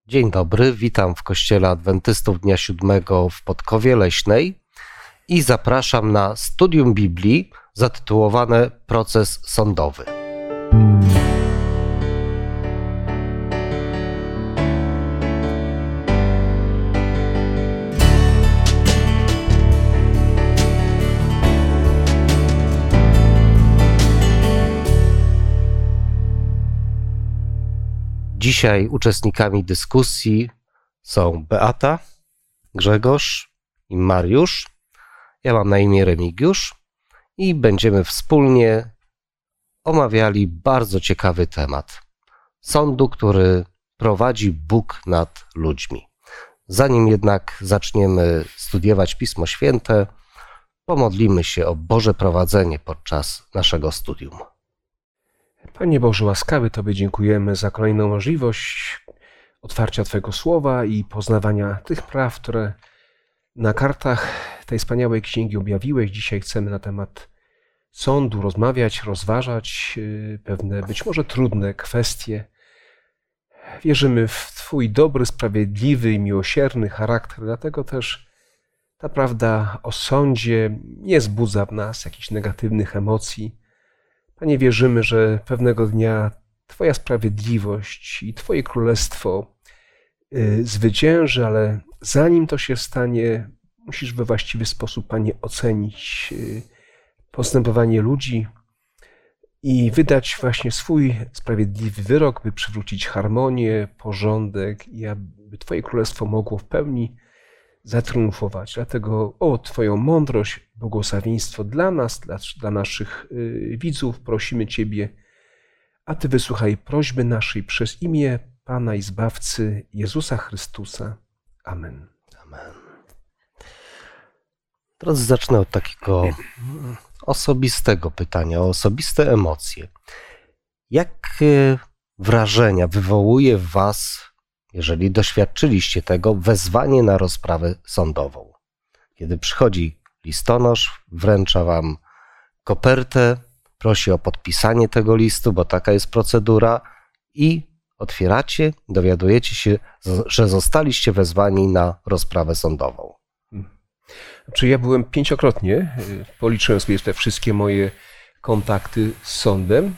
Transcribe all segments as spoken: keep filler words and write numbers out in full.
Dzień dobry, witam w Kościele Adwentystów Dnia Siódmego w Podkowie Leśnej i zapraszam na studium Biblii zatytułowane Proces sądowy. Dzisiaj uczestnikami dyskusji są Beata, Grzegorz i Mariusz. Ja mam na imię Remigiusz i będziemy wspólnie omawiali bardzo ciekawy temat sądu, który prowadzi Bóg nad ludźmi. Zanim jednak zaczniemy studiować Pismo Święte, pomodlimy się o Boże prowadzenie podczas naszego studium. Panie Boże łaskawy, Tobie dziękujemy za kolejną możliwość otwarcia Twojego Słowa i poznawania tych praw, które na kartach tej wspaniałej księgi objawiłeś. Dzisiaj chcemy na temat sądu rozmawiać, rozważać pewne być może trudne kwestie. Wierzymy w Twój dobry, sprawiedliwy i miłosierny charakter, dlatego też ta prawda o sądzie nie wzbudza w nas jakichś negatywnych emocji. Panie, wierzymy, że pewnego dnia Twoja sprawiedliwość i Twoje królestwo zwycięży, ale zanim to się stanie, musisz we właściwy sposób, Panie, ocenić postępowanie ludzi i wydać właśnie swój sprawiedliwy wyrok, by przywrócić harmonię, porządek i aby Twoje królestwo mogło w pełni zatriumfować. Dlatego o Twoją mądrość, błogosławieństwo dla nas, dla, dla naszych y, widzów prosimy Ciebie, a Ty wysłuchaj prośby naszej przez imię Pana i Zbawcy Jezusa Chrystusa. Amen. Amen. Teraz zacznę od takiego osobistego pytania, o osobiste emocje. Jakie wrażenia wywołuje w Was, jeżeli doświadczyliście tego, wezwanie na rozprawę sądową? Kiedy przychodzi listonosz, wręcza wam kopertę, prosi o podpisanie tego listu, bo taka jest procedura, i otwieracie, dowiadujecie się, że zostaliście wezwani na rozprawę sądową. Czy ja byłem pięciokrotnie, policzyłem sobie te wszystkie moje kontakty z sądem,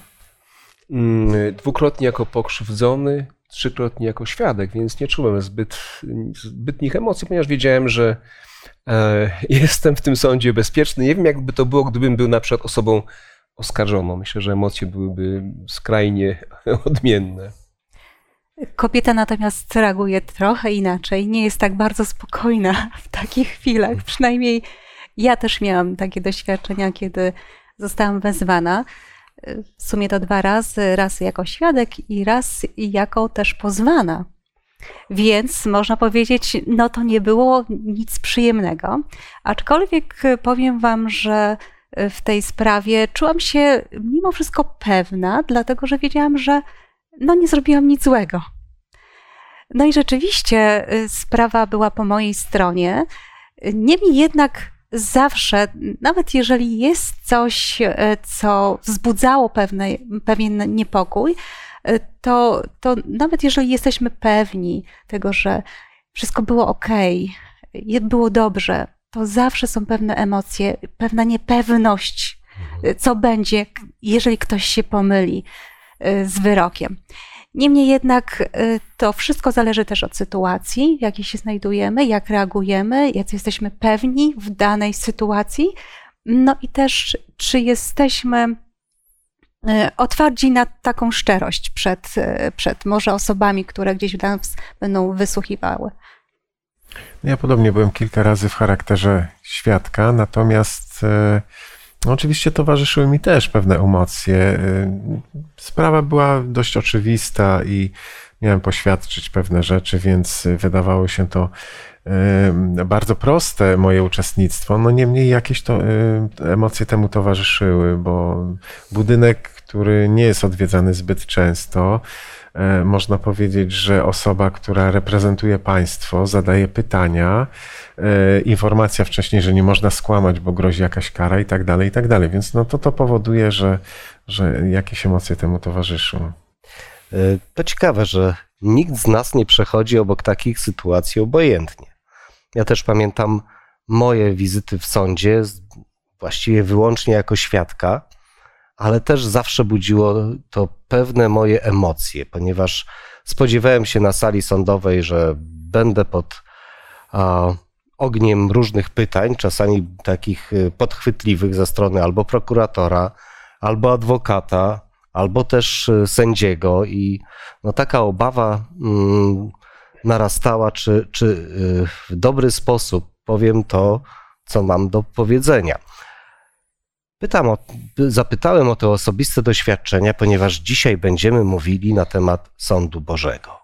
dwukrotnie jako pokrzywdzony, trzykrotnie jako świadek, więc nie czułem zbyt, zbytnich emocji, ponieważ wiedziałem, że e, jestem w tym sądzie bezpieczny. Nie wiem, jakby to było, gdybym był na przykład osobą oskarżoną. Myślę, że emocje byłyby skrajnie odmienne. Kobieta natomiast reaguje trochę inaczej, nie jest tak bardzo spokojna w takich chwilach. Przynajmniej ja też miałam takie doświadczenia, kiedy zostałam wezwana. W sumie to dwa razy, raz jako świadek i raz jako też pozwana. Więc można powiedzieć, no to nie było nic przyjemnego. Aczkolwiek powiem wam, że w tej sprawie czułam się mimo wszystko pewna, dlatego że wiedziałam, że no nie zrobiłam nic złego. No i rzeczywiście sprawa była po mojej stronie. Niemniej jednak zawsze, nawet jeżeli jest coś, co wzbudzało pewne, pewien niepokój, to, to nawet jeżeli jesteśmy pewni tego, że wszystko było okej, było dobrze, to zawsze są pewne emocje, pewna niepewność, co będzie, jeżeli ktoś się pomyli z wyrokiem. Niemniej jednak to wszystko zależy też od sytuacji, w jakiej się znajdujemy, jak reagujemy, jacy jesteśmy pewni w danej sytuacji, no i też czy jesteśmy otwarci na taką szczerość przed, przed może osobami, które gdzieś nas będą wysłuchiwały. Ja podobnie byłem kilka razy w charakterze świadka, natomiast no oczywiście towarzyszyły mi też pewne emocje. Sprawa była dość oczywista i miałem poświadczyć pewne rzeczy, więc wydawało się to bardzo proste, moje uczestnictwo. No niemniej jakieś to emocje temu towarzyszyły, bo budynek, który nie jest odwiedzany zbyt często, można powiedzieć, że osoba, która reprezentuje państwo, zadaje pytania, informacja wcześniej, że nie można skłamać, bo grozi jakaś kara i tak dalej, i tak dalej. Więc no to to powoduje, że, że jakieś emocje temu towarzyszą. To ciekawe, że nikt z nas nie przechodzi obok takich sytuacji obojętnie. Ja też pamiętam moje wizyty w sądzie, właściwie wyłącznie jako świadka, ale też zawsze budziło to pewne moje emocje, ponieważ spodziewałem się na sali sądowej, że będę pod a, ogniem różnych pytań, czasami takich podchwytliwych ze strony albo prokuratora, albo adwokata, albo też sędziego i no, taka obawa mm, narastała, czy, czy w dobry sposób powiem to, co mam do powiedzenia. Pytam o, zapytałem o te osobiste doświadczenia, ponieważ dzisiaj będziemy mówili na temat Sądu Bożego.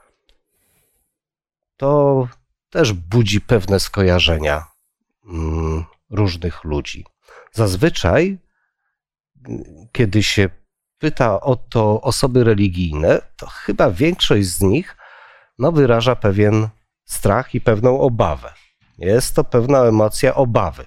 To też budzi pewne skojarzenia mm, różnych ludzi. Zazwyczaj, kiedy się pyta o to osoby religijne, to chyba większość z nich no, wyraża pewien strach i pewną obawę. Jest to pewna emocja obawy.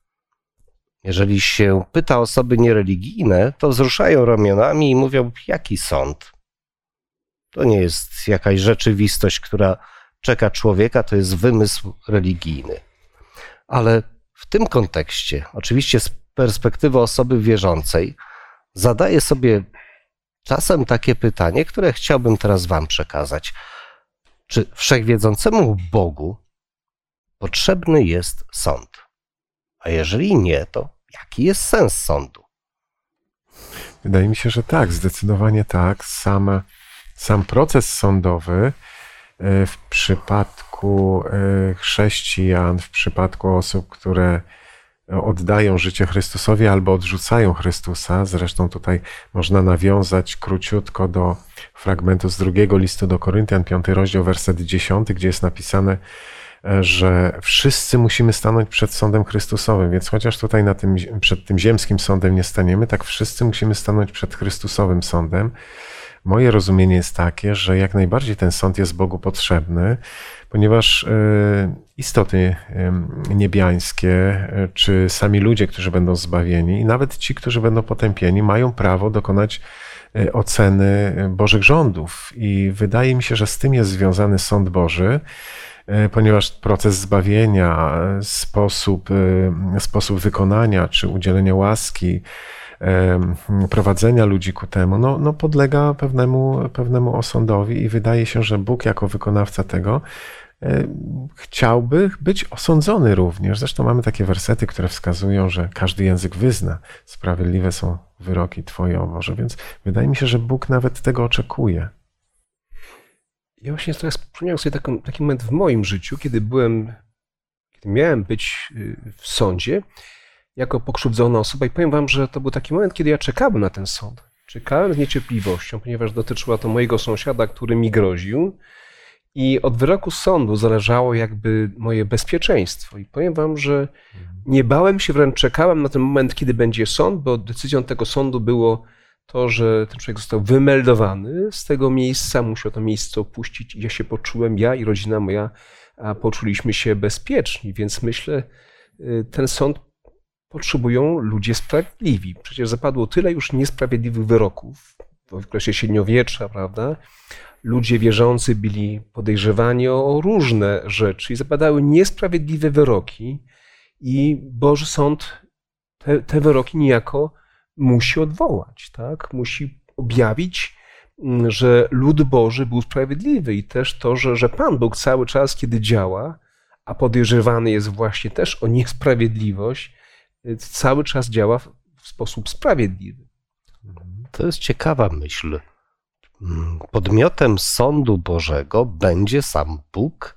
Jeżeli się pyta osoby niereligijne, to wzruszają ramionami i mówią, jaki sąd? To nie jest jakaś rzeczywistość, która czeka człowieka, to jest wymysł religijny. Ale w tym kontekście, oczywiście z perspektywy osoby wierzącej, zadaję sobie czasem takie pytanie, które chciałbym teraz wam przekazać. Czy wszechwiedzącemu Bogu potrzebny jest sąd? A jeżeli nie, to jaki jest sens sądu? Wydaje mi się, że tak, zdecydowanie tak. Sam, sam proces sądowy w przypadku chrześcijan, w przypadku osób, które oddają życie Chrystusowi albo odrzucają Chrystusa. Zresztą tutaj można nawiązać króciutko do fragmentu z drugiego listu do Koryntian, piąty rozdział, werset dziesiąty, gdzie jest napisane, że wszyscy musimy stanąć przed sądem Chrystusowym, więc chociaż tutaj na tym, przed tym ziemskim sądem nie staniemy, tak wszyscy musimy stanąć przed Chrystusowym sądem. Moje rozumienie jest takie, że jak najbardziej ten sąd jest Bogu potrzebny, ponieważ istoty niebiańskie, czy sami ludzie, którzy będą zbawieni, i nawet ci, którzy będą potępieni, mają prawo dokonać oceny Bożych rządów. I wydaje mi się, że z tym jest związany sąd Boży, ponieważ proces zbawienia, sposób, sposób wykonania czy udzielenia łaski, prowadzenia ludzi ku temu, no, no podlega pewnemu, pewnemu osądowi i wydaje się, że Bóg jako wykonawca tego chciałby być osądzony również. Zresztą mamy takie wersety, które wskazują, że każdy język wyzna, sprawiedliwe są wyroki Twoje, o Boże, więc wydaje mi się, że Bóg nawet tego oczekuje. Ja właśnie teraz przypomniałem sobie taki, taki moment w moim życiu, kiedy byłem, kiedy miałem być w sądzie jako pokrzywdzona osoba i powiem wam, że to był taki moment, kiedy ja czekałem na ten sąd. Czekałem z niecierpliwością, ponieważ dotyczyła to mojego sąsiada, który mi groził i od wyroku sądu zależało jakby moje bezpieczeństwo. I powiem wam, że nie bałem się, wręcz czekałem na ten moment, kiedy będzie sąd, bo decyzją tego sądu było to, że ten człowiek został wymeldowany z tego miejsca, musiał to miejsce opuścić i ja się poczułem, ja i rodzina moja poczuliśmy się bezpieczni, więc myślę, ten sąd potrzebują ludzie sprawiedliwi. Przecież zapadło tyle już niesprawiedliwych wyroków w okresie średniowiecza, prawda? Ludzie wierzący byli podejrzewani o różne rzeczy i zapadały niesprawiedliwe wyroki i Boży Sąd te, te wyroki niejako musi odwołać, tak? Musi objawić, że lud Boży był sprawiedliwy i też to, że, że Pan Bóg cały czas, kiedy działa, a podejrzewany jest właśnie też o niesprawiedliwość, cały czas działa w, w sposób sprawiedliwy. To jest ciekawa myśl. Podmiotem sądu Bożego będzie sam Bóg?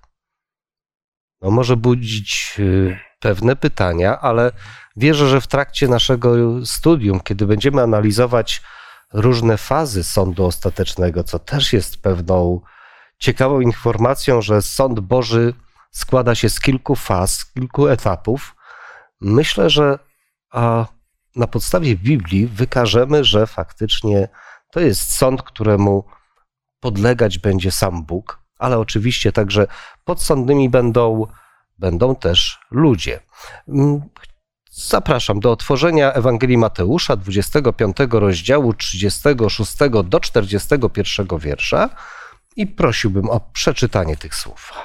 No może budzić pewne pytania, ale wierzę, że w trakcie naszego studium, kiedy będziemy analizować różne fazy sądu ostatecznego, co też jest pewną ciekawą informacją, że sąd Boży składa się z kilku faz, kilku etapów, myślę, że a na podstawie Biblii wykażemy, że faktycznie to jest sąd, któremu podlegać będzie sam Bóg, ale oczywiście także podsądnymi będą, będą też ludzie. zapraszam do otworzenia Ewangelii Mateusza, dwudziestego piątego rozdziału, trzydziestego szóstego do czterdziestego pierwszego wiersza i prosiłbym o przeczytanie tych słów.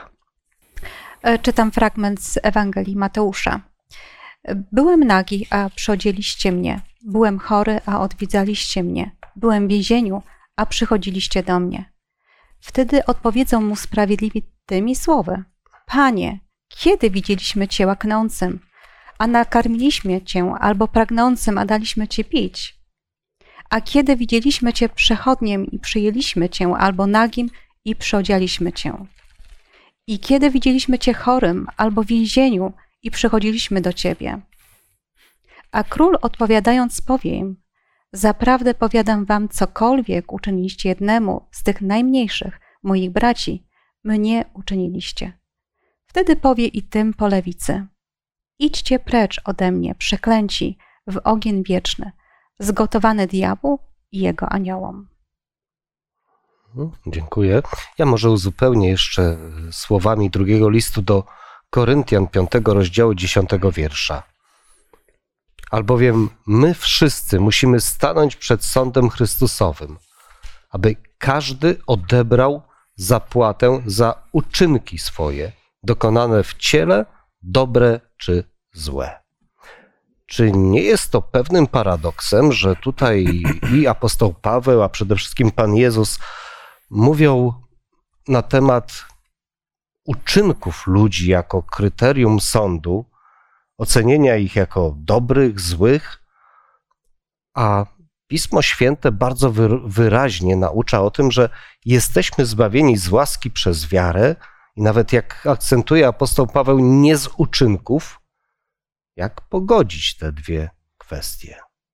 Czytam fragment z Ewangelii Mateusza. Byłem nagi, a przyodzieliście mnie. Byłem chory, a odwiedzaliście mnie. Byłem w więzieniu, a przychodziliście do mnie. Wtedy odpowiedzą mu sprawiedliwi tymi słowy. Panie, kiedy widzieliśmy Cię łaknącym, a nakarmiliśmy Cię, albo pragnącym, a daliśmy Ci pić? A kiedy widzieliśmy Cię przechodniem i przyjęliśmy Cię, albo nagim i przyodzialiśmy Cię? I kiedy widzieliśmy Cię chorym, albo w więzieniu i przychodziliśmy do Ciebie? A król odpowiadając powie im, zaprawdę powiadam wam, cokolwiek uczyniliście jednemu z tych najmniejszych moich braci, mnie uczyniliście. Wtedy powie i tym po lewicy, idźcie precz ode mnie, przeklęci, w ogień wieczny, zgotowany diabłu i jego aniołom. Dziękuję. Ja może uzupełnię jeszcze słowami drugiego listu do Koryntian, piątego rozdziału, dziesiątego wiersza. Albowiem my wszyscy musimy stanąć przed sądem Chrystusowym, aby każdy odebrał zapłatę za uczynki swoje, dokonane w ciele, dobre czy złe. Czy nie jest to pewnym paradoksem, że tutaj i apostoł Paweł, a przede wszystkim Pan Jezus mówią na temat uczynków ludzi jako kryterium sądu, ocenienia ich jako dobrych, złych, a Pismo Święte bardzo wyraźnie naucza o tym, że jesteśmy zbawieni z łaski przez wiarę i nawet, jak akcentuje apostoł Paweł, nie z uczynków. Jak pogodzić te dwie kwestie?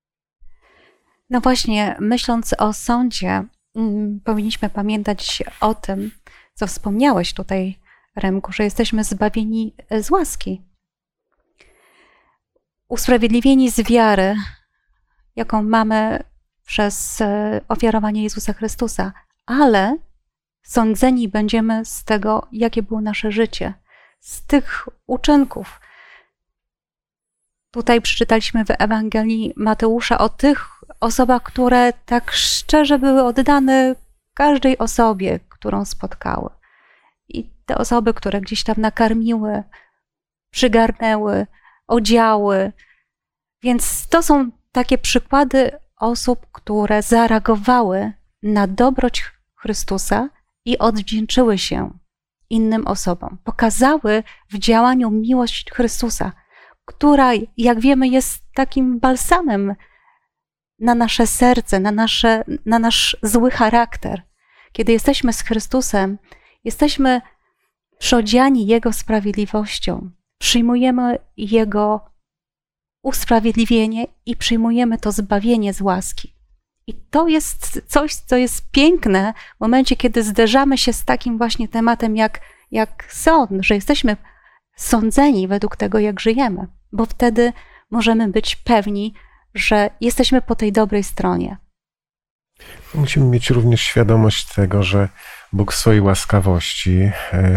No właśnie, myśląc o sądzie, powinniśmy pamiętać o tym, co wspomniałeś tutaj, Remku, że jesteśmy zbawieni z łaski. Usprawiedliwieni z wiary, jaką mamy przez ofiarowanie Jezusa Chrystusa, ale sądzeni będziemy z tego, jakie było nasze życie, z tych uczynków. Tutaj przeczytaliśmy w Ewangelii Mateusza o tych osobach, które tak szczerze były oddane każdej osobie, którą spotkały. I te osoby, które gdzieś tam nakarmiły, przygarnęły, odziały. Więc to są takie przykłady osób, które zareagowały na dobroć Chrystusa i odwdzięczyły się innym osobom. Pokazały w działaniu miłość Chrystusa, która, jak wiemy, jest takim balsamem na nasze serce, na, nasze, na nasz zły charakter. Kiedy jesteśmy z Chrystusem, jesteśmy przyodziani Jego sprawiedliwością, przyjmujemy Jego usprawiedliwienie i przyjmujemy to zbawienie z łaski. I to jest coś, co jest piękne w momencie, kiedy zderzamy się z takim właśnie tematem jak, jak sąd, że jesteśmy sądzeni według tego, jak żyjemy, bo wtedy możemy być pewni, że jesteśmy po tej dobrej stronie. Musimy mieć również świadomość tego, że Bóg w swojej łaskawości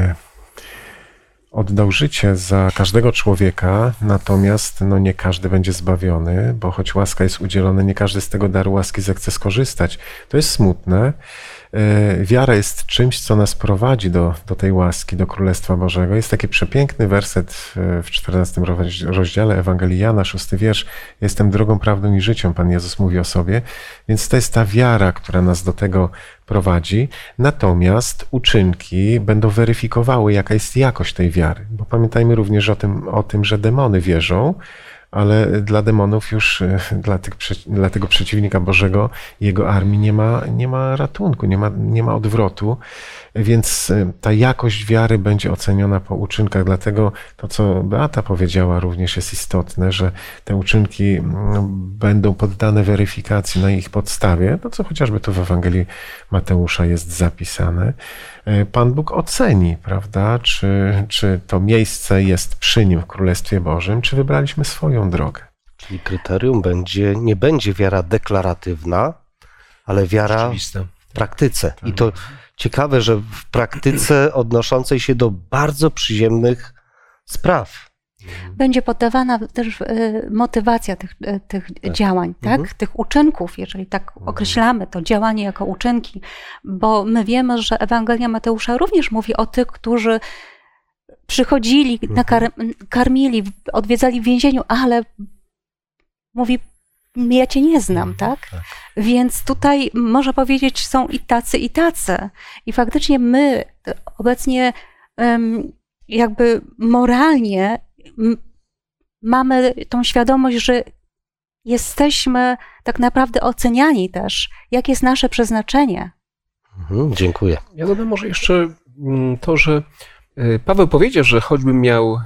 oddał życie za każdego człowieka, natomiast no, nie każdy będzie zbawiony, bo choć łaska jest udzielona, nie każdy z tego daru łaski zechce skorzystać. To jest smutne. Wiara jest czymś, co nas prowadzi do, do tej łaski, do Królestwa Bożego. Jest taki przepiękny werset w czternastym rozdziale Ewangelii Jana, szósty wiersz. Jestem drogą, prawdą i życiem, Pan Jezus mówi o sobie. Więc to jest ta wiara, która nas do tego prowadzi. Natomiast uczynki będą weryfikowały, jaka jest jakość tej wiary. Bo pamiętajmy również o tym, o tym, że demony wierzą, ale dla demonów już, dla, tych, dla tego przeciwnika Bożego, jego armii nie ma, nie ma ratunku, nie ma, nie ma odwrotu, więc ta jakość wiary będzie oceniona po uczynkach. Dlatego to, co Beata powiedziała, również jest istotne, że te uczynki będą poddane weryfikacji na ich podstawie, to co chociażby tu w Ewangelii Mateusza jest zapisane. Pan Bóg oceni, prawda, czy, czy to miejsce jest przy Nim w Królestwie Bożym, czy wybraliśmy swoją drogę. Czyli kryterium będzie, nie będzie wiara deklaratywna, ale wiara w praktyce. I to ciekawe, że w praktyce odnoszącej się do bardzo przyziemnych spraw. będzie poddawana też y, motywacja tych, y, tych Tak. działań, tak? Mhm. Tych uczynków, jeżeli tak określamy to działanie jako uczynki, bo my wiemy, że Ewangelia Mateusza również mówi o tych, którzy przychodzili, nakar, karmili, odwiedzali w więzieniu, ale mówi, ja cię nie znam, tak? tak. Więc tutaj można powiedzieć, są i tacy, i tacy. I faktycznie my obecnie em, jakby moralnie m, mamy tą świadomość, że jesteśmy tak naprawdę oceniani też, jakie jest nasze przeznaczenie. Mhm, dziękuję. Ja dodam może jeszcze mm, to, że y, Paweł powiedział, że choćbym miał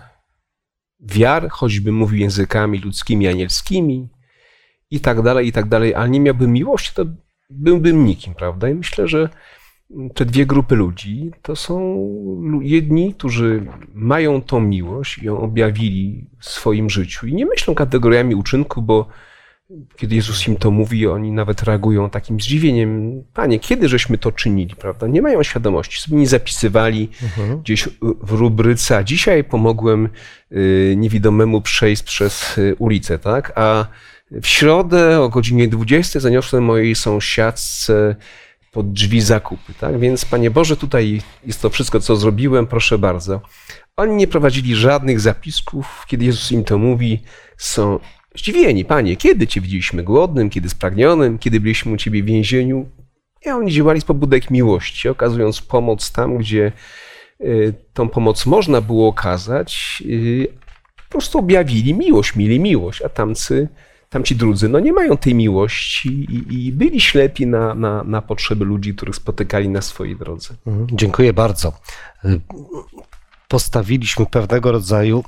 wiarę, choćbym mówił językami ludzkimi, anielskimi i tak dalej, i tak dalej, ale nie miałbym miłości, to byłbym nikim, prawda? I myślę, że te dwie grupy ludzi to są lu- jedni, którzy mają tą miłość i ją objawili w swoim życiu i nie myślą kategoriami uczynku, bo kiedy Jezus im to mówi, oni nawet reagują takim zdziwieniem. Panie, kiedy żeśmy to czynili, prawda? Nie mają świadomości, sobie nie zapisywali Mhm. gdzieś w rubryce, a dzisiaj pomogłem y, niewidomemu przejść przez y, ulicę, tak? A w środę o godzinie dwudziestej zaniosłem mojej sąsiadce pod drzwi zakupy, tak? Więc Panie Boże, tutaj jest to wszystko, co zrobiłem, proszę bardzo. Oni nie prowadzili żadnych zapisków, kiedy Jezus im to mówi, są zdziwieni. Panie, kiedy Cię widzieliśmy głodnym, kiedy spragnionym, kiedy byliśmy u Ciebie w więzieniu? I oni działali z pobudek miłości, okazując pomoc tam, gdzie y, tą pomoc można było okazać. Y, po prostu objawili miłość, mieli miłość, a tamcy, tamci drudzy no nie mają tej miłości i, i byli ślepi na, na, na potrzeby ludzi, których spotykali na swojej drodze. Mhm, dziękuję bardzo. Y, Postawiliśmy pewnego rodzaju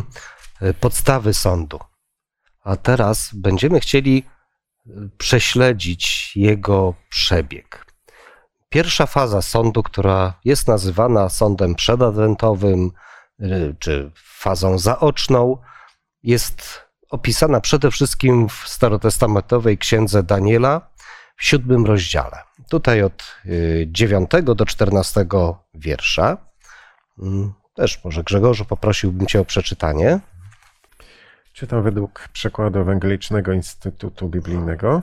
podstawy sądu. A teraz będziemy chcieli prześledzić jego przebieg. Pierwsza faza sądu, która jest nazywana sądem przedadwentowym czy fazą zaoczną, jest opisana przede wszystkim w starotestamentowej księdze Daniela w siódmym rozdziale. Tutaj od dziewiątego do czternastego wiersza. Też może Grzegorzu poprosiłbym Cię o przeczytanie. Czytam według przekładu Ewangelicznego Instytutu Biblijnego.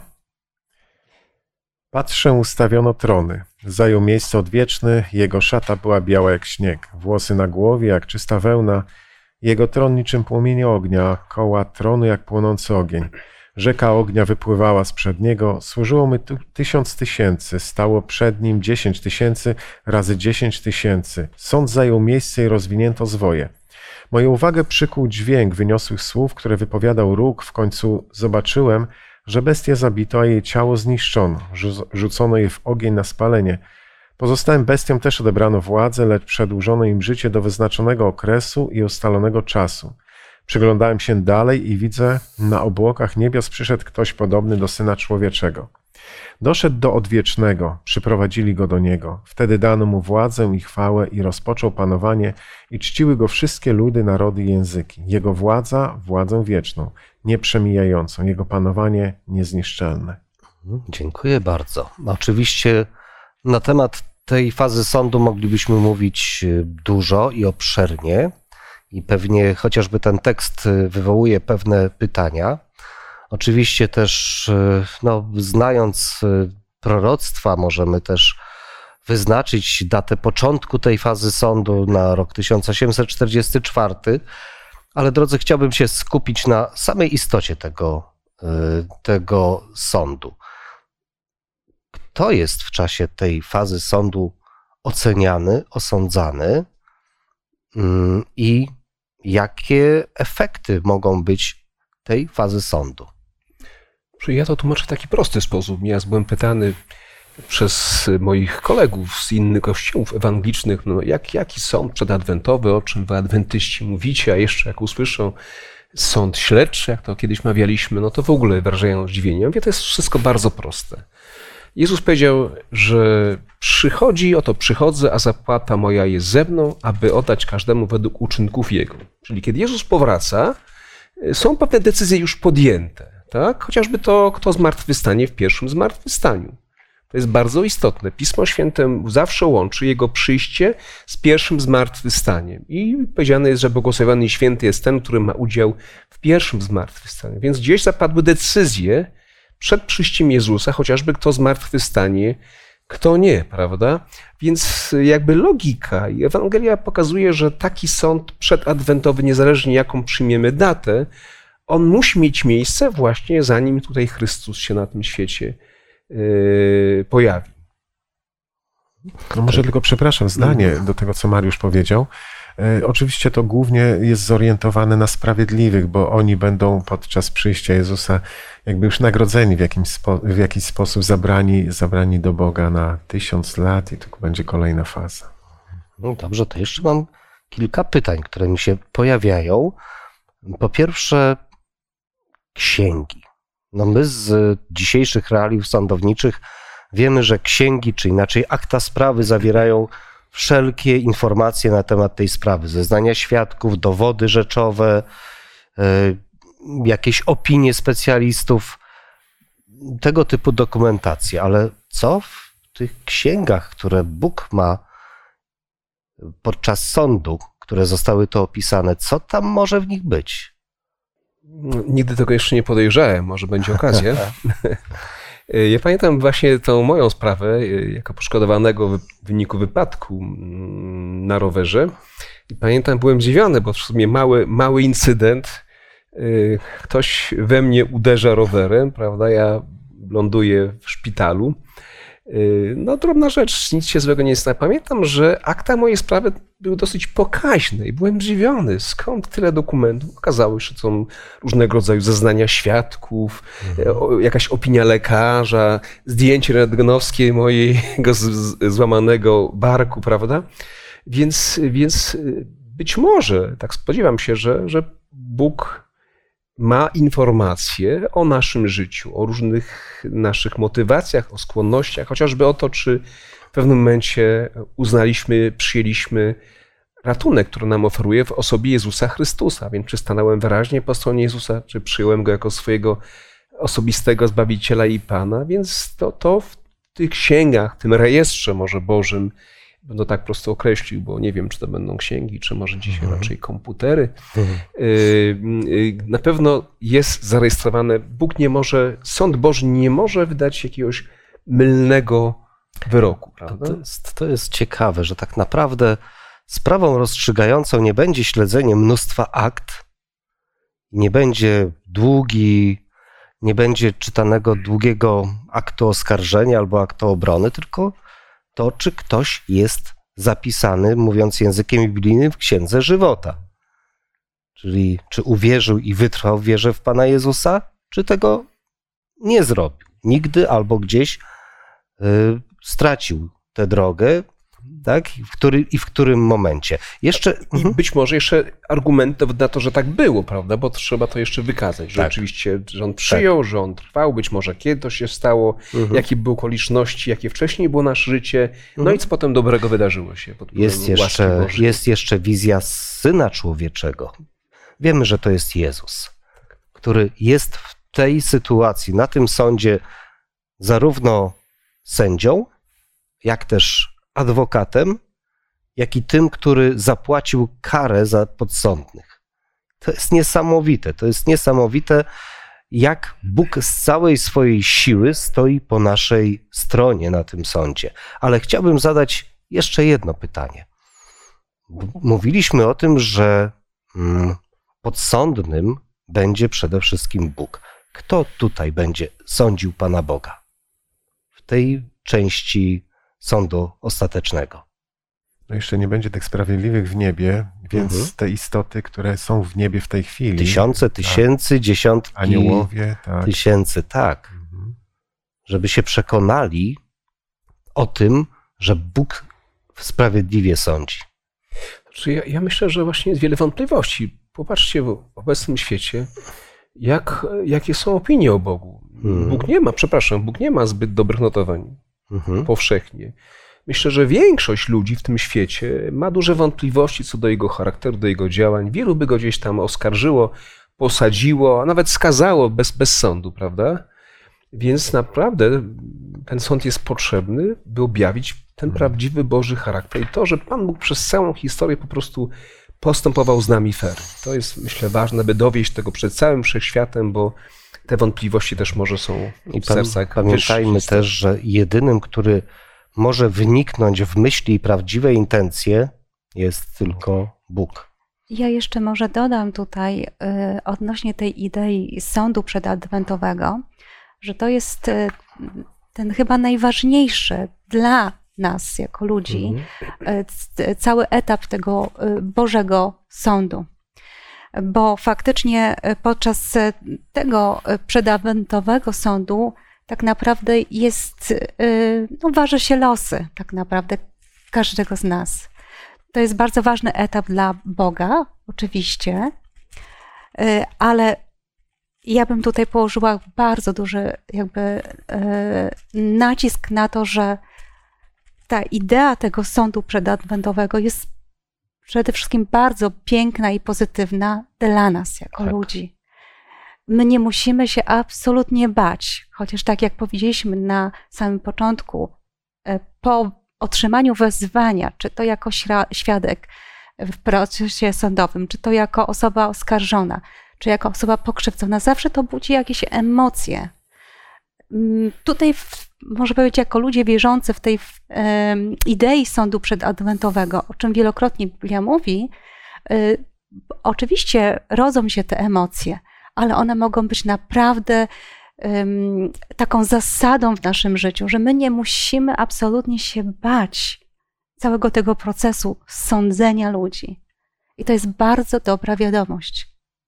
Patrzę, ustawiono trony. Zajął miejsce odwieczny, jego szata była biała jak śnieg, włosy na głowie jak czysta wełna, jego tron niczym płomienie ognia, koła tronu jak płonący ogień. Rzeka ognia wypływała sprzed niego, służyło mu tu tysiąc tysięcy, stało przed nim dziesięć tysięcy razy dziesięć tysięcy. Sąd zajął miejsce i rozwinięto zwoje. Moją uwagę przykuł dźwięk wyniosłych słów, które wypowiadał róg. W końcu zobaczyłem, że bestię zabito, a jej ciało zniszczono. Rzucono je w ogień na spalenie. Pozostałym bestiom też odebrano władzę, lecz przedłużono im życie do wyznaczonego okresu i ustalonego czasu. Przyglądałem się dalej i widzę, na obłokach niebios przyszedł ktoś podobny do Syna Człowieczego. Doszedł do Odwiecznego, przyprowadzili go do Niego. Wtedy dano mu władzę i chwałę i rozpoczął panowanie i czciły go wszystkie ludy, narody i języki. Jego władza, władzę wieczną, nieprzemijającą, jego panowanie niezniszczalne. Dziękuję bardzo. Oczywiście na temat tej fazy sądu moglibyśmy mówić dużo i obszernie i pewnie chociażby ten tekst wywołuje pewne pytania. Oczywiście też, no, znając proroctwa, możemy też wyznaczyć datę początku tej fazy sądu na rok tysiąc osiemset czterdziesty czwarty, ale drodzy, chciałbym się skupić na samej istocie tego, tego sądu. Kto jest w czasie tej fazy sądu oceniany, osądzany i jakie efekty mogą być tej fazy sądu? Ja to tłumaczę w taki prosty sposób. Ja byłem pytany przez moich kolegów z innych kościołów ewangelicznych, no jak, jaki sąd przedadwentowy, o czym wy adwentyści mówicie, a jeszcze jak usłyszą sąd śledczy, jak to kiedyś mawialiśmy, no to w ogóle wyrażają zdziwienie. Ja mówię, to jest wszystko bardzo proste. Jezus powiedział, że przychodzi, oto przychodzę, a zapłata moja jest ze mną, aby oddać każdemu według uczynków Jego. Czyli kiedy Jezus powraca, są pewne decyzje już podjęte. Tak? Chociażby to, kto zmartwychwstanie w pierwszym zmartwychwstaniu. To jest bardzo istotne. Pismo Święte zawsze łączy jego przyjście z pierwszym zmartwychwstaniem. I powiedziane jest, że błogosławiony i święty jest ten, który ma udział w pierwszym zmartwychwstaniu. Więc gdzieś zapadły decyzje przed przyjściem Jezusa, chociażby kto zmartwychwstanie, kto nie, prawda? Więc jakby logika i Ewangelia pokazuje, że taki sąd przedadwentowy, niezależnie jaką przyjmiemy datę, on musi mieć miejsce właśnie zanim tutaj Chrystus się na tym świecie yy, pojawi. No może tylko, przepraszam, zdanie do tego, co Mariusz powiedział. E, oczywiście to głównie jest zorientowane na sprawiedliwych, bo oni będą podczas przyjścia Jezusa jakby już nagrodzeni w jakimś, spo, w jakiś sposób, zabrani, zabrani do Boga na tysiąc lat i to będzie kolejna faza. No dobrze, to jeszcze mam kilka pytań, które mi się pojawiają. Po pierwsze, księgi. No my z dzisiejszych realiów sądowniczych wiemy, że księgi, czy inaczej akta sprawy zawierają wszelkie informacje na temat tej sprawy. Zeznania świadków, dowody rzeczowe, jakieś opinie specjalistów, tego typu dokumentacje. Ale co w tych księgach, które Bóg ma podczas sądu, które zostały tu opisane, co tam może w nich być? No, nigdy tego jeszcze nie podejrzałem, może będzie okazja. Ja pamiętam właśnie tą moją sprawę jako poszkodowanego w wyniku wypadku na rowerze. I pamiętam, byłem zdziwiony, bo w sumie mały, mały incydent. Ktoś we mnie uderza rowerem, prawda? Ja ląduję w szpitalu. No drobna rzecz, nic się złego nie stało. Pamiętam, że akta mojej sprawy były dosyć pokaźne i byłem zdziwiony, skąd tyle dokumentów. Okazało się, że są różnego rodzaju zeznania świadków, mhm. jakaś opinia lekarza, zdjęcie rentgenowskie mojego złamanego barku, prawda? Więc, więc być może, tak spodziewam się, że, że Bóg ma informacje o naszym życiu, o różnych naszych motywacjach, o skłonnościach, chociażby o to, czy w pewnym momencie uznaliśmy, przyjęliśmy ratunek, który nam oferuje w osobie Jezusa Chrystusa. Więc czy stanąłem wyraźnie po stronie Jezusa, czy przyjąłem Go jako swojego osobistego Zbawiciela i Pana. Więc to, to w tych księgach, tym rejestrze może Bożym, będę tak prosto określił, bo nie wiem, czy to będą księgi, czy może dzisiaj mhm. raczej komputery. Mhm. Na pewno jest zarejestrowane. Bóg nie może, sąd Boży nie może wydać jakiegoś mylnego wyroku. Prawda? To jest, to jest ciekawe, że tak naprawdę sprawą rozstrzygającą nie będzie śledzenie mnóstwa akt, nie będzie długi, nie będzie czytanego długiego aktu oskarżenia albo aktu obrony, tylko to, czy ktoś jest zapisany, mówiąc językiem biblijnym, w Księdze Żywota. Czyli czy uwierzył i wytrwał w wierze w Pana Jezusa, czy tego nie zrobił. Nigdy albo gdzieś y, stracił tę drogę, tak? I w, który, i w którym momencie. Jeszcze, I być może jeszcze argumentów na to, że tak było, prawda? Bo trzeba to jeszcze wykazać, że tak. Rzeczywiście, że on przyjął, tak. że on trwał, być może kiedy to się stało, mhm. jakie były okoliczności, jakie wcześniej było nasze życie, no mhm. i co potem dobrego wydarzyło się. Pod jest, jeszcze, jest jeszcze wizja Syna Człowieczego. Wiemy, że to jest Jezus, który jest w tej sytuacji, na tym sądzie zarówno sędzią, jak też adwokatem, jak i tym, który zapłacił karę za podsądnych. To jest niesamowite. To jest niesamowite, jak Bóg z całej swojej siły stoi po naszej stronie na tym sądzie. Ale chciałbym zadać jeszcze jedno pytanie. Mówiliśmy o tym, że podsądnym będzie przede wszystkim Bóg. Kto tutaj będzie sądził Pana Boga w tej części sądu ostatecznego? No jeszcze nie będzie tych sprawiedliwych w niebie, więc mhm. te istoty, które są w niebie w tej chwili. Tysiące, tysięcy, tak. dziesiątki aniołowie, tak. tysięcy, tak. Mhm. Żeby się przekonali o tym, że Bóg sprawiedliwie sądzi. Znaczy ja, ja myślę, że właśnie jest wiele wątpliwości. Popatrzcie w obecnym świecie, jak, jakie są opinie o Bogu. Mhm. Bóg nie ma, przepraszam, Bóg nie ma zbyt dobrych notowań mhm. powszechnie. Myślę, że większość ludzi w tym świecie ma duże wątpliwości co do jego charakteru, do jego działań. Wielu by go gdzieś tam oskarżyło, posadziło, a nawet skazało bez, bez sądu, prawda? Więc naprawdę ten sąd jest potrzebny, by objawić ten prawdziwy Boży charakter i to, że Pan Bóg przez całą historię po prostu postępował z nami fair. To jest, myślę, ważne, by dowieść tego przed całym wszechświatem, bo te wątpliwości też może są I w sercach. pamiętajmy wyższych. też, że jedynym, który może wyniknąć w myśli i prawdziwe intencje, jest tylko Bóg. Ja jeszcze może dodam tutaj y, odnośnie tej idei sądu przedadwentowego, że to jest y, ten chyba najważniejszy dla nas jako ludzi Mhm. y, c- cały etap tego y, Bożego sądu. Bo faktycznie y, podczas y, tego y, przedadwentowego sądu tak naprawdę jest, y, no waży się losy tak naprawdę każdego z nas. To jest bardzo ważny etap dla Boga, oczywiście, y, ale ja bym tutaj położyła bardzo duży jakby y, nacisk na to, że ta idea tego sądu przedadwentowego jest przede wszystkim bardzo piękna i pozytywna dla nas jako Tak. ludzi. My nie musimy się absolutnie bać, chociaż tak jak powiedzieliśmy na samym początku, y, po otrzymaniu wezwania, czy to jako śra- świadek w procesie sądowym, czy to jako osoba oskarżona, czy jako osoba pokrzywdzona, zawsze to budzi jakieś emocje. Mm, Tutaj w, może powiedzieć, jako ludzie wierzący w tej em, idei sądu przedadwentowego, o czym wielokrotnie Biblia mówi, y, oczywiście rodzą się te emocje, ale one mogą być naprawdę em, taką zasadą w naszym życiu, że my nie musimy absolutnie się bać całego tego procesu sądzenia ludzi. I to jest bardzo dobra wiadomość.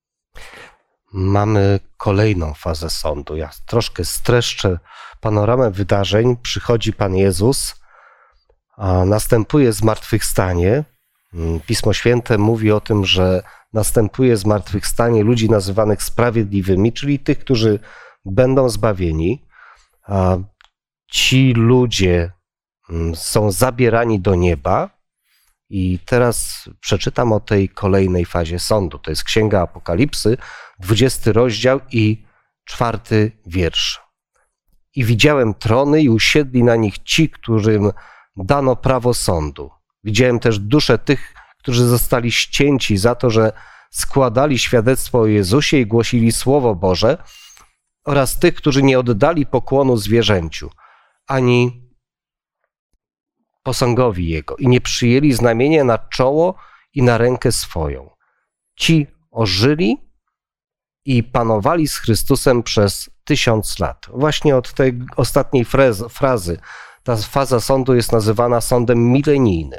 Mamy kolejną fazę sądu. Ja troszkę streszczę panoramę wydarzeń. Przychodzi Pan Jezus, a następuje zmartwychwstanie. Pismo Święte mówi o tym, że następuje zmartwychwstanie ludzi nazywanych sprawiedliwymi, czyli tych, którzy będą zbawieni. A ci ludzie są zabierani do nieba. I teraz przeczytam o tej kolejnej fazie sądu. To jest Księga Apokalipsy, dwudziesty rozdział i czwarty wiersz. I widziałem trony i usiedli na nich ci, którym dano prawo sądu. Widziałem też dusze tych, którzy zostali ścięci za to, że składali świadectwo o Jezusie i głosili Słowo Boże, oraz tych, którzy nie oddali pokłonu zwierzęciu, ani posągowi Jego i nie przyjęli znamienia na czoło i na rękę swoją. Ci ożyli i panowali z Chrystusem przez tysiąc lat. Właśnie od tej ostatniej frez- frazy ta faza sądu jest nazywana sądem milenijnym.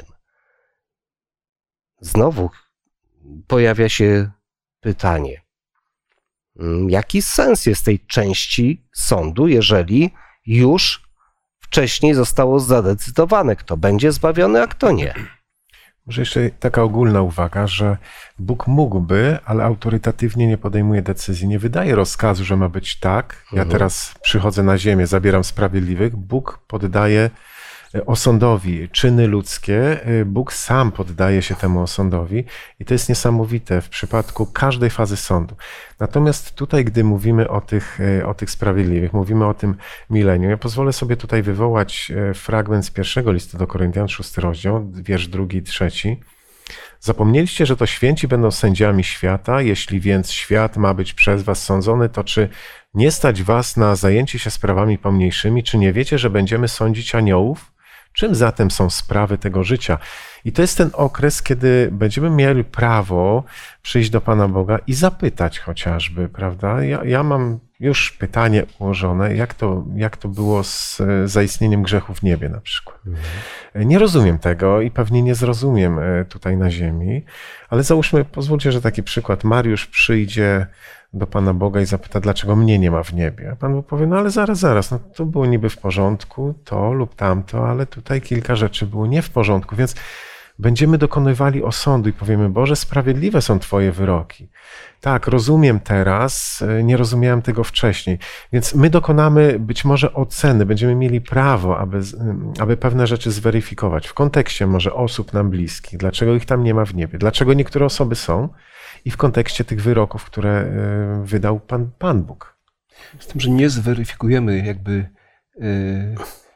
Znowu pojawia się pytanie, jaki sens jest tej części sądu, jeżeli już wcześniej zostało zadecydowane, kto będzie zbawiony, a kto nie. Może jeszcze taka ogólna uwaga, że Bóg mógłby, ale autorytatywnie nie podejmuje decyzji, nie wydaje rozkazu, że ma być tak. Ja Mhm. teraz przychodzę na ziemię, zabieram sprawiedliwych. Bóg poddaje osądowi czyny ludzkie. Bóg sam poddaje się temu osądowi i to jest niesamowite w przypadku każdej fazy sądu. Natomiast tutaj, gdy mówimy o tych, o tych sprawiedliwych, mówimy o tym milenium, ja pozwolę sobie tutaj wywołać fragment z pierwszego listu do Koryntian, szósty rozdział, wiersz drugi i trzeci. Zapomnieliście, że to święci będą sędziami świata, jeśli więc świat ma być przez was sądzony, to czy nie stać was na zajęcie się sprawami pomniejszymi, czy nie wiecie, że będziemy sądzić aniołów? Czym zatem są sprawy tego życia? I to jest ten okres, kiedy będziemy mieli prawo przyjść do Pana Boga i zapytać chociażby, prawda? Ja, ja mam już pytanie ułożone, jak to, jak to było z zaistnieniem grzechu w niebie na przykład. Mhm. Nie rozumiem tego i pewnie nie zrozumiem tutaj na ziemi, ale załóżmy, pozwólcie, że taki przykład. Mariusz przyjdzie do Pana Boga i zapyta, dlaczego mnie nie ma w niebie. A Pan Bóg powie, no ale zaraz, zaraz, no to było niby w porządku, to lub tamto, ale tutaj kilka rzeczy było nie w porządku, więc będziemy dokonywali osądu i powiemy, Boże, sprawiedliwe są Twoje wyroki. Tak, rozumiem teraz, nie rozumiałem tego wcześniej, więc my dokonamy być może oceny, będziemy mieli prawo, aby, aby pewne rzeczy zweryfikować w kontekście może osób nam bliskich, dlaczego ich tam nie ma w niebie, dlaczego niektóre osoby są, i w kontekście tych wyroków, które wydał Pan, Pan Bóg. Z tym, że nie zweryfikujemy jakby yy,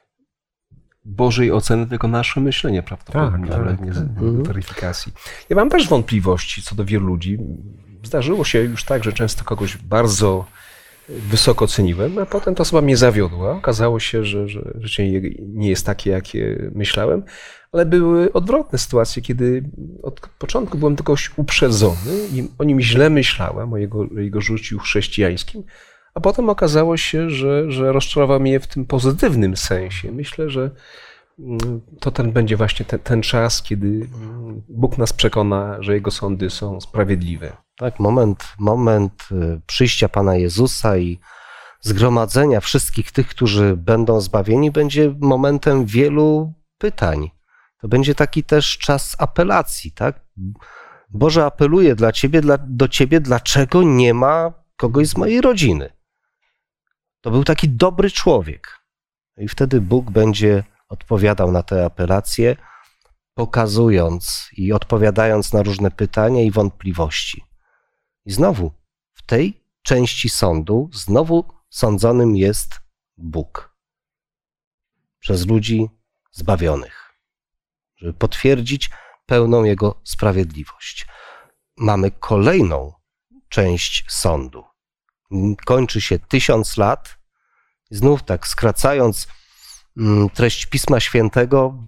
Bożej oceny, tylko nasze myślenie prawdopodobnie, Tak, ale tak, nie z tak. weryfikacji. Ja mam też wątpliwości co do wielu ludzi. Zdarzyło się już tak, że często kogoś bardzo wysoko ceniłem, a potem ta osoba mnie zawiodła. Okazało się, że, że życie nie jest takie, jakie myślałem, ale były odwrotne sytuacje, kiedy od początku byłem tylko uprzedzony i o nim źle myślałem, o jego, jego życiu chrześcijańskim, a potem okazało się, że, że rozczarował mnie w tym pozytywnym sensie. Myślę, że to ten będzie właśnie ten, ten czas, kiedy Bóg nas przekona, że Jego sądy są sprawiedliwe. Tak, moment, moment y, przyjścia Pana Jezusa i zgromadzenia wszystkich tych, którzy będą zbawieni, będzie momentem wielu pytań. To będzie taki też czas apelacji, tak? Boże, apeluję dla Ciebie, dla, do Ciebie, dlaczego nie ma kogoś z mojej rodziny? To był taki dobry człowiek. I wtedy Bóg będzie odpowiadał na te apelacje, pokazując i odpowiadając na różne pytania i wątpliwości. I znowu, w tej części sądu, znowu sądzonym jest Bóg przez ludzi zbawionych, żeby potwierdzić pełną Jego sprawiedliwość. Mamy kolejną część sądu. Kończy się tysiąc lat. Znów tak skracając treść Pisma Świętego,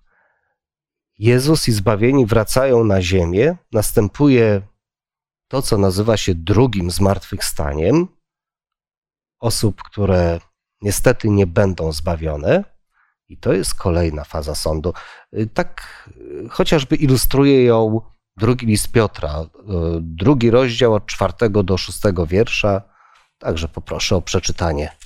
Jezus i zbawieni wracają na ziemię, następuje to, co nazywa się drugim zmartwychwstaniem osób, które niestety nie będą zbawione, i to jest kolejna faza sądu. Tak chociażby ilustruje ją drugi list Piotra, drugi rozdział od czwartego do szóstego wiersza, także poproszę o przeczytanie.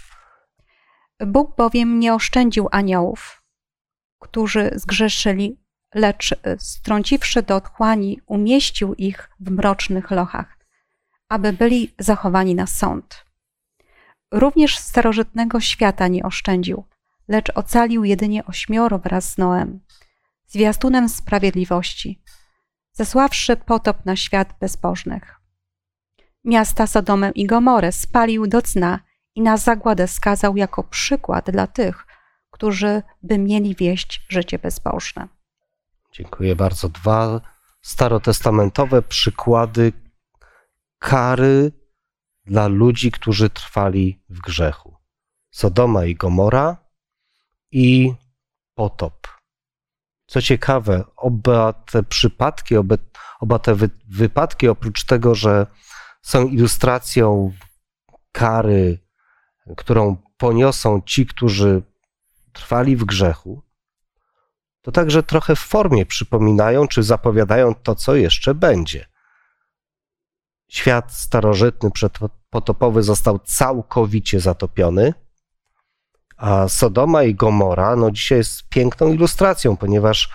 Bóg bowiem nie oszczędził aniołów, którzy zgrzeszyli, lecz strąciwszy do otchłani, umieścił ich w mrocznych lochach, aby byli zachowani na sąd. Również starożytnego świata nie oszczędził, lecz ocalił jedynie ośmioro wraz z Noem, zwiastunem sprawiedliwości, zesławszy potop na świat bezbożnych. Miasta Sodomę i Gomorę spalił do cna i na zagładę skazał jako przykład dla tych, którzy by mieli wieść życie bezbożne. Dziękuję bardzo. Dwa starotestamentowe przykłady kary dla ludzi, którzy trwali w grzechu. Sodoma i Gomora i potop. Co ciekawe, oba te przypadki, oba, oba te wy, wypadki, oprócz tego, że są ilustracją kary, którą poniosą ci, którzy trwali w grzechu, to także trochę w formie przypominają, czy zapowiadają to, co jeszcze będzie. Świat starożytny, przedpotopowy został całkowicie zatopiony, a Sodoma i Gomora no dzisiaj jest piękną ilustracją, ponieważ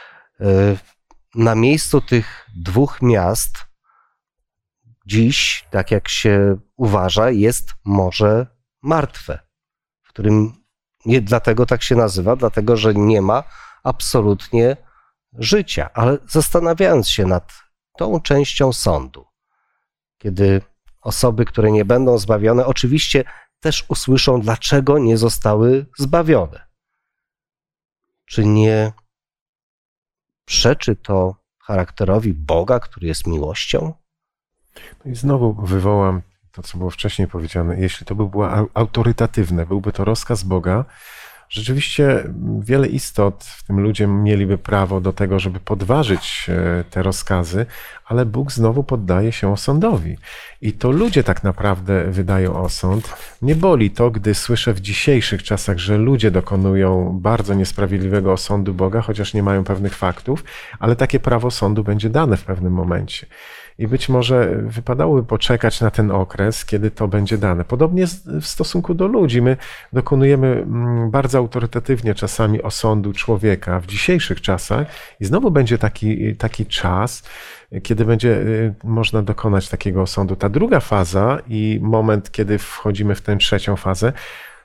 na miejscu tych dwóch miast dziś, tak jak się uważa, jest Morze Martwe, w którym nie dlatego tak się nazywa, dlatego że nie ma absolutnie życia. Ale zastanawiając się nad tą częścią sądu, kiedy osoby, które nie będą zbawione, oczywiście też usłyszą, dlaczego nie zostały zbawione. Czy nie przeczy to charakterowi Boga, który jest miłością? No i znowu wywołam to, co było wcześniej powiedziane. Jeśli to by było autorytatywne, byłby to rozkaz Boga, rzeczywiście wiele istot, w tym ludzie, mieliby prawo do tego, żeby podważyć te rozkazy, ale Bóg znowu poddaje się osądowi. I to ludzie tak naprawdę wydają osąd. Nie boli to, gdy słyszę w dzisiejszych czasach, że ludzie dokonują bardzo niesprawiedliwego osądu Boga, chociaż nie mają pewnych faktów, ale takie prawo sądu będzie dane w pewnym momencie. I być może wypadałoby poczekać na ten okres, kiedy to będzie dane. Podobnie w stosunku do ludzi. My dokonujemy bardzo autorytatywnie czasami osądu człowieka w dzisiejszych czasach i znowu będzie taki, taki czas, kiedy będzie można dokonać takiego osądu. Ta druga faza i moment, kiedy wchodzimy w tę trzecią fazę,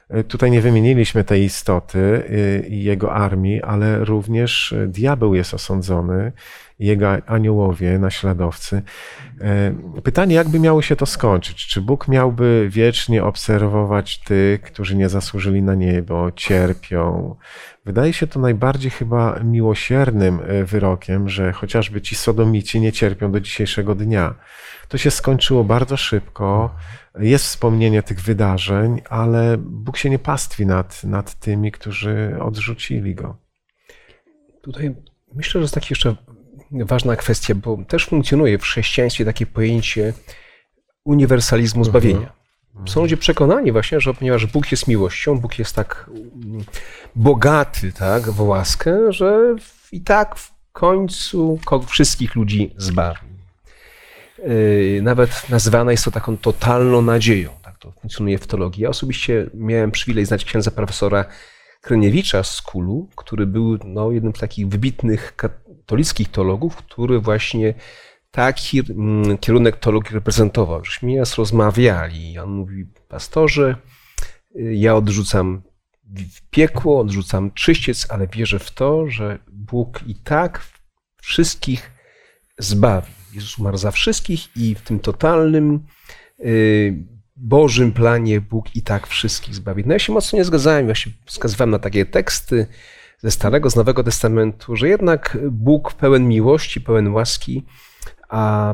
Tutaj nie wymieniliśmy tej istoty i jego armii, ale również diabeł jest osądzony, jego aniołowie, naśladowcy. Pytanie, jakby miało się to skończyć? Czy Bóg miałby wiecznie obserwować tych, którzy nie zasłużyli na niebo, cierpią? Wydaje się to najbardziej chyba miłosiernym wyrokiem, że chociażby ci sodomici nie cierpią do dzisiejszego dnia. To się skończyło bardzo szybko, jest wspomnienie tych wydarzeń, ale Bóg się nie pastwi nad, nad tymi, którzy odrzucili Go. Tutaj myślę, że jest taka jeszcze ważna kwestia, bo też funkcjonuje w chrześcijaństwie takie pojęcie uniwersalizmu zbawienia. Są ludzie przekonani właśnie, że ponieważ Bóg jest miłością, Bóg jest tak bogaty, tak, w łaskę, że i tak w końcu wszystkich ludzi zbawi. Nawet nazywane jest to taką totalną nadzieją. Tak to funkcjonuje w teologii. Ja osobiście miałem przywilej znać księdza profesora Kryniewicza z Kulu, który był no, jednym z takich wybitnych katolickich teologów, który właśnie taki kierunek teologii reprezentował. Żeśmy nieraz rozmawiali. On mówi, pastorze, ja odrzucam piekło, odrzucam czyściec, ale wierzę w to, że Bóg i tak wszystkich zbawi. Jezus umarł za wszystkich i w tym totalnym Bożym planie Bóg i tak wszystkich zbawi. No ja się mocno nie zgadzałem, ja się wskazywałem na takie teksty ze Starego, z Nowego Testamentu, że jednak Bóg pełen miłości, pełen łaski, a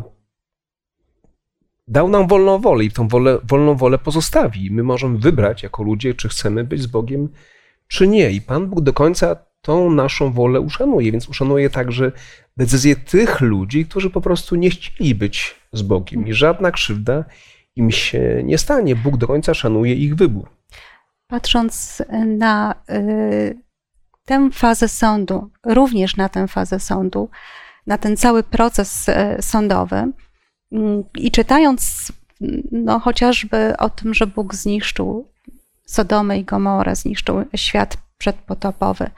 dał nam wolną wolę i tą wolę, wolną wolę pozostawi. My możemy wybrać jako ludzie, czy chcemy być z Bogiem, czy nie. I Pan Bóg do końca tą naszą wolę uszanuje, więc uszanuje także decyzje tych ludzi, którzy po prostu nie chcieli być z Bogiem i żadna krzywda im się nie stanie. Bóg do końca szanuje ich wybór. Patrząc na y, tę fazę sądu, również na tę fazę sądu, na ten cały proces y, sądowy y, i czytając no, chociażby o tym, że Bóg zniszczył Sodomę i Gomorę, zniszczył świat przedpotopowy.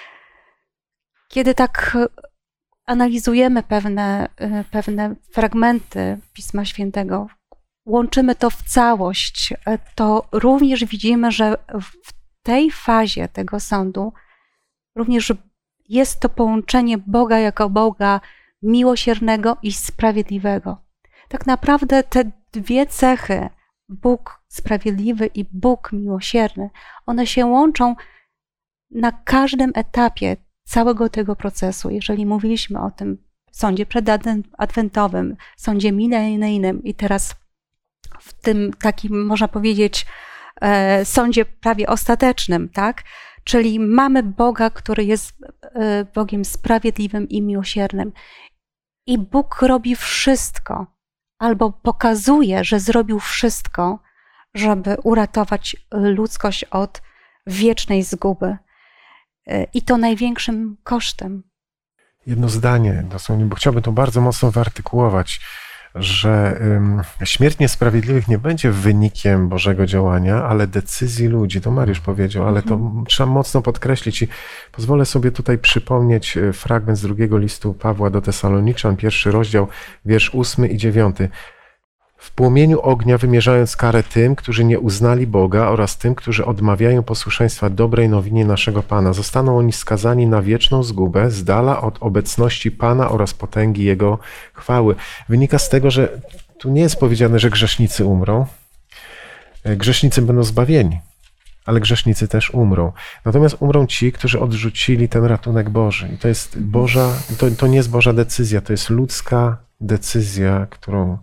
Kiedy tak analizujemy pewne, pewne fragmenty Pisma Świętego, łączymy to w całość, to również widzimy, że w tej fazie tego sądu również jest to połączenie Boga jako Boga miłosiernego i sprawiedliwego. Tak naprawdę te dwie cechy, Bóg sprawiedliwy i Bóg miłosierny, one się łączą na każdym etapie całego tego procesu. Jeżeli mówiliśmy o tym sądzie przedadwentowym, sądzie milenijnym i teraz w tym takim, można powiedzieć, sądzie prawie ostatecznym, tak? Czyli mamy Boga, który jest Bogiem sprawiedliwym i miłosiernym. I Bóg robi wszystko, albo pokazuje, że zrobił wszystko, żeby uratować ludzkość od wiecznej zguby. I to największym kosztem. Jedno zdanie, dosłownie, bo chciałbym to bardzo mocno wyartykułować, że um, śmierć niesprawiedliwych nie będzie wynikiem Bożego działania, ale decyzji ludzi. To Mariusz powiedział, ale to mhm. trzeba mocno podkreślić i pozwolę sobie tutaj przypomnieć fragment z drugiego listu Pawła do Tesaloniczan, pierwszy rozdział, wiersz ósmy i dziewiąty. W płomieniu ognia wymierzając karę tym, którzy nie uznali Boga oraz tym, którzy odmawiają posłuszeństwa dobrej nowinie naszego Pana. Zostaną oni skazani na wieczną zgubę, z dala od obecności Pana oraz potęgi Jego chwały. Wynika z tego, że tu nie jest powiedziane, że grzesznicy umrą. Grzesznicy będą zbawieni, ale grzesznicy też umrą. Natomiast umrą ci, którzy odrzucili ten ratunek Boży. I to jest Boża, to, to nie jest Boża decyzja, to jest ludzka decyzja, którą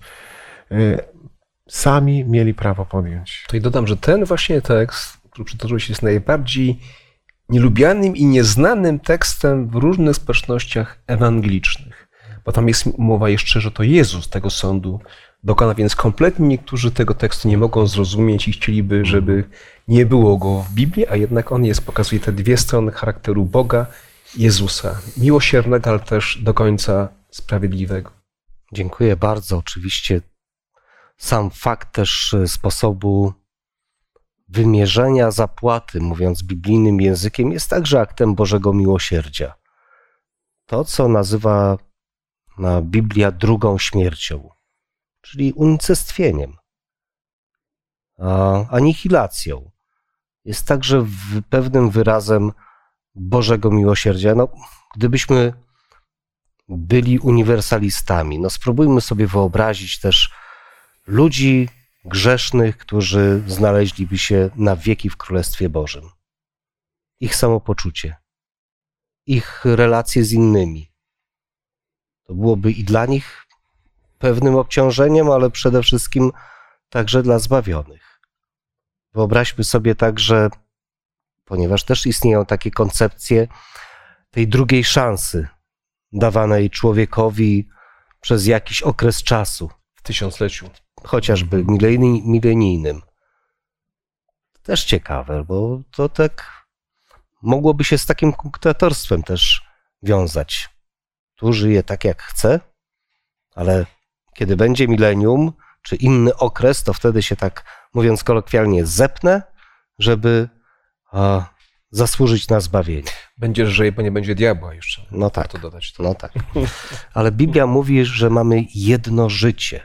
sami mieli prawo podjąć. To i dodam, że ten właśnie tekst, który przytoczyłeś, jest najbardziej nielubianym i nieznanym tekstem w różnych społecznościach ewangelicznych. Bo tam jest mowa jeszcze, że to Jezus tego sądu dokona, więc kompletnie niektórzy tego tekstu nie mogą zrozumieć i chcieliby, żeby nie było go w Biblii, a jednak on jest, pokazuje te dwie strony charakteru Boga, Jezusa, miłosiernego, ale też do końca sprawiedliwego. Dziękuję bardzo. Oczywiście sam fakt też sposobu wymierzenia zapłaty, mówiąc biblijnym językiem, jest także aktem Bożego miłosierdzia. To, co nazywa na Biblia drugą śmiercią, czyli unicestwieniem, anihilacją. jest także w pewnym wyrazem Bożego miłosierdzia. No, gdybyśmy byli uniwersalistami, no spróbujmy sobie wyobrazić też ludzi grzesznych, którzy znaleźliby się na wieki w Królestwie Bożym. Ich samopoczucie, ich relacje z innymi. To byłoby i dla nich pewnym obciążeniem, ale przede wszystkim także dla zbawionych. Wyobraźmy sobie także, ponieważ też istnieją takie koncepcje tej drugiej szansy dawanej człowiekowi przez jakiś okres czasu. W tysiącleciu. Chociażby milenij, milenijnym. Też ciekawe, bo to tak mogłoby się z takim kunktatorstwem też wiązać. Tu żyje tak jak chce, ale kiedy będzie milenium, czy inny okres, to wtedy się tak, mówiąc kolokwialnie, zepnę, żeby a, zasłużyć na zbawienie. Będzie lżej, bo nie będzie diabła jeszcze. No tak, Warto dodać to. no tak. Ale Biblia mówi, że mamy jedno życie,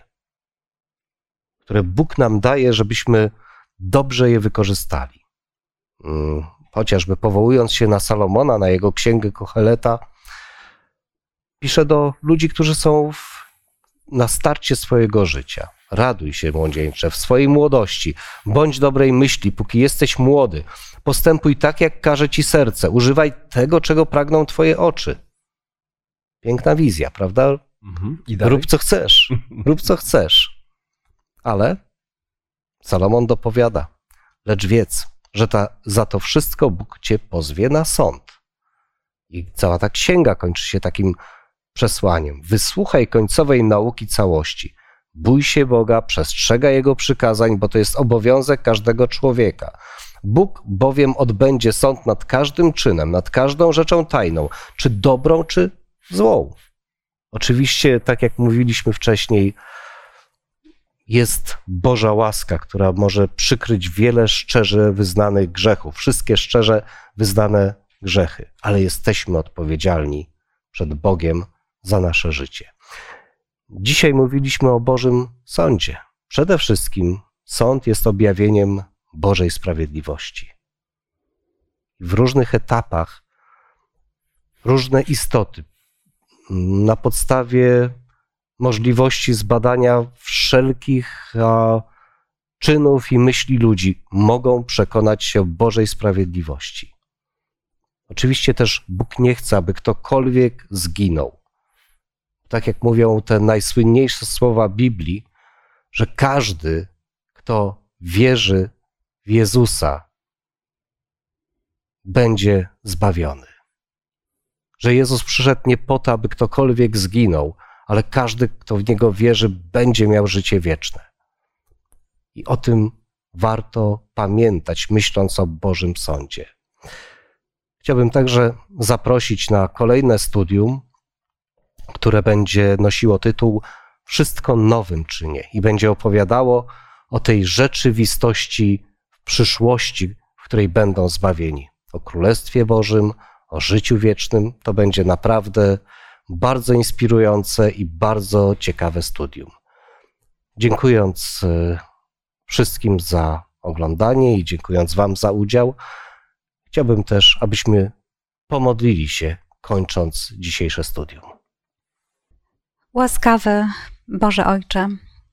które Bóg nam daje, żebyśmy dobrze je wykorzystali. Chociażby powołując się na Salomona, na jego księgę Koheleta, pisze do ludzi, którzy są w, na starcie swojego życia. Raduj się, młodzieńcze, w swojej młodości. Bądź dobrej myśli, póki jesteś młody. Postępuj tak, jak każe ci serce. Używaj tego, czego pragną twoje oczy. Piękna wizja, prawda? Mhm. I dalej? Rób co chcesz. Rób co chcesz. Ale Salomon dopowiada, lecz wiedz, że ta, za to wszystko Bóg cię pozwie na sąd. I cała ta księga kończy się takim przesłaniem. Wysłuchaj końcowej nauki całości. Bój się Boga, przestrzegaj Jego przykazań, bo to jest obowiązek każdego człowieka. Bóg bowiem odbędzie sąd nad każdym czynem, nad każdą rzeczą tajną, czy dobrą, czy złą. Oczywiście, tak jak mówiliśmy wcześniej, jest Boża łaska, która może przykryć wiele szczerze wyznanych grzechów, wszystkie szczerze wyznane grzechy, ale jesteśmy odpowiedzialni przed Bogiem za nasze życie. Dzisiaj mówiliśmy o Bożym sądzie. Przede wszystkim sąd jest objawieniem Bożej sprawiedliwości. W różnych etapach różne istoty na podstawie możliwości zbadania wszelkich a, czynów i myśli ludzi mogą przekonać się o Bożej sprawiedliwości. Oczywiście też Bóg nie chce, aby ktokolwiek zginął. Tak jak mówią te najsłynniejsze słowa Biblii, że każdy, kto wierzy w Jezusa, będzie zbawiony. Że Jezus przyszedł nie po to, aby ktokolwiek zginął, ale każdy, kto w Niego wierzy, będzie miał życie wieczne. I o tym warto pamiętać, myśląc o Bożym Sądzie. Chciałbym także zaprosić na kolejne studium, które będzie nosiło tytuł Wszystko nowym czynię i będzie opowiadało o tej rzeczywistości w przyszłości, w której będą zbawieni. O Królestwie Bożym, o życiu wiecznym. To będzie naprawdę bardzo inspirujące i bardzo ciekawe studium. Dziękując wszystkim za oglądanie i dziękując Wam za udział, chciałbym też, abyśmy pomodlili się, kończąc dzisiejsze studium. Łaskawy Boże Ojcze,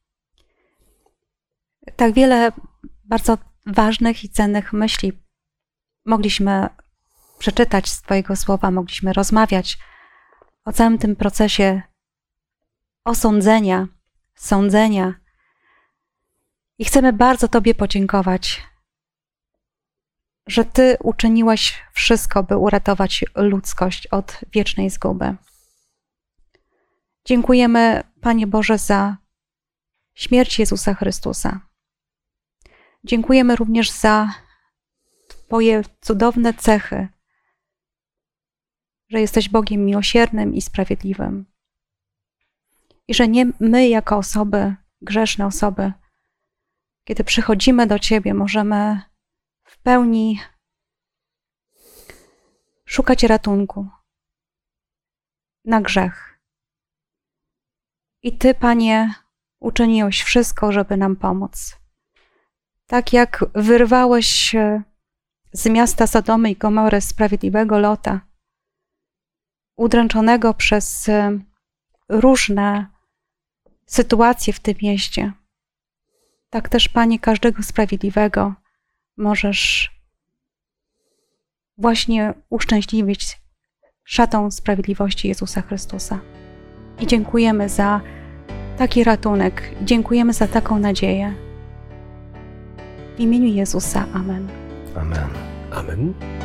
tak wiele bardzo ważnych i cennych myśli mogliśmy przeczytać z Twojego słowa, mogliśmy rozmawiać o całym tym procesie osądzenia, sądzenia. I chcemy bardzo Tobie podziękować, że Ty uczyniłeś wszystko, by uratować ludzkość od wiecznej zguby. Dziękujemy, Panie Boże, za śmierć Jezusa Chrystusa. Dziękujemy również za Twoje cudowne cechy, że jesteś Bogiem miłosiernym i sprawiedliwym. I że nie my jako osoby, grzeszne osoby, kiedy przychodzimy do Ciebie, możemy w pełni szukać ratunku na grzech. I Ty, Panie, uczyniłeś wszystko, żeby nam pomóc. Tak jak wyrwałeś z miasta Sodomy i Gomory sprawiedliwego Lota, udręczonego przez różne sytuacje w tym mieście, tak też, Panie, każdego sprawiedliwego możesz właśnie uszczęśliwić szatą sprawiedliwości Jezusa Chrystusa. I dziękujemy za taki ratunek, dziękujemy za taką nadzieję. W imieniu Jezusa. Amen. Amen. Amen.